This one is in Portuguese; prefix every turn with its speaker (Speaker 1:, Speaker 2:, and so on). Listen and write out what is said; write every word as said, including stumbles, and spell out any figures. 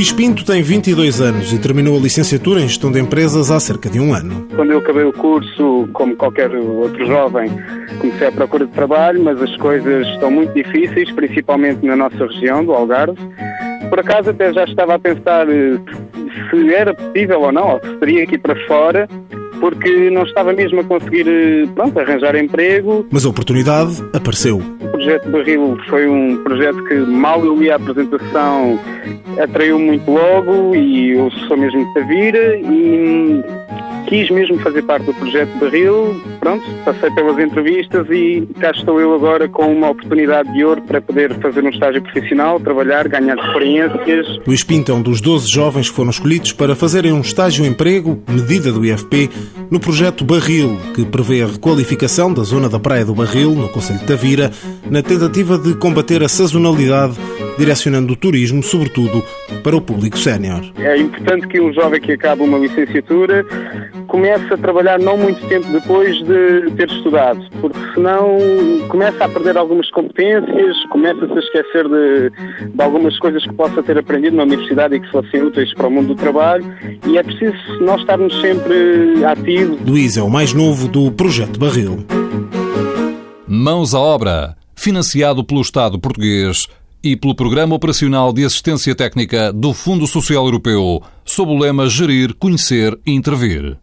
Speaker 1: Luís Pinto tem vinte e dois anos e terminou a licenciatura em Gestão de Empresas há cerca de um ano.
Speaker 2: Quando eu acabei o curso, como qualquer outro jovem, comecei à procura de trabalho, mas as coisas estão muito difíceis, principalmente na nossa região, do Algarve. Por acaso até já estava a pensar se era possível ou não, ou se teria que ir para fora, porque não estava mesmo a conseguir, pronto, arranjar emprego.
Speaker 1: Mas a oportunidade apareceu.
Speaker 2: O projeto Barril foi um projeto que, mal eu li a apresentação, atraiu muito logo e eu sou mesmo de Tavira e quis mesmo fazer parte do projeto Barril. Pronto, passei pelas entrevistas e cá estou eu agora com uma oportunidade de ouro para poder fazer um estágio profissional, trabalhar, ganhar experiências.
Speaker 1: Luís Pinto é um dos doze jovens que foram escolhidos para fazerem um estágio-emprego, medida do I F P, no projeto Barril, que prevê a requalificação da zona da Praia do Barril, no concelho de Tavira, na tentativa de combater a sazonalidade, direcionando o turismo, sobretudo, para o público sénior.
Speaker 2: É importante que um jovem que acaba uma licenciatura comece a trabalhar não muito tempo depois de ter estudado, porque senão começa a perder algumas competências, começa-se a esquecer de, de algumas coisas que possa ter aprendido na universidade e que fossem úteis para o mundo do trabalho, e é preciso nós estarmos sempre ativos.
Speaker 1: Luís é o mais novo do projeto Barril.
Speaker 3: Mãos à obra, financiado pelo Estado português e pelo Programa Operacional de Assistência Técnica do Fundo Social Europeu, sob o lema Gerir, Conhecer e Intervir.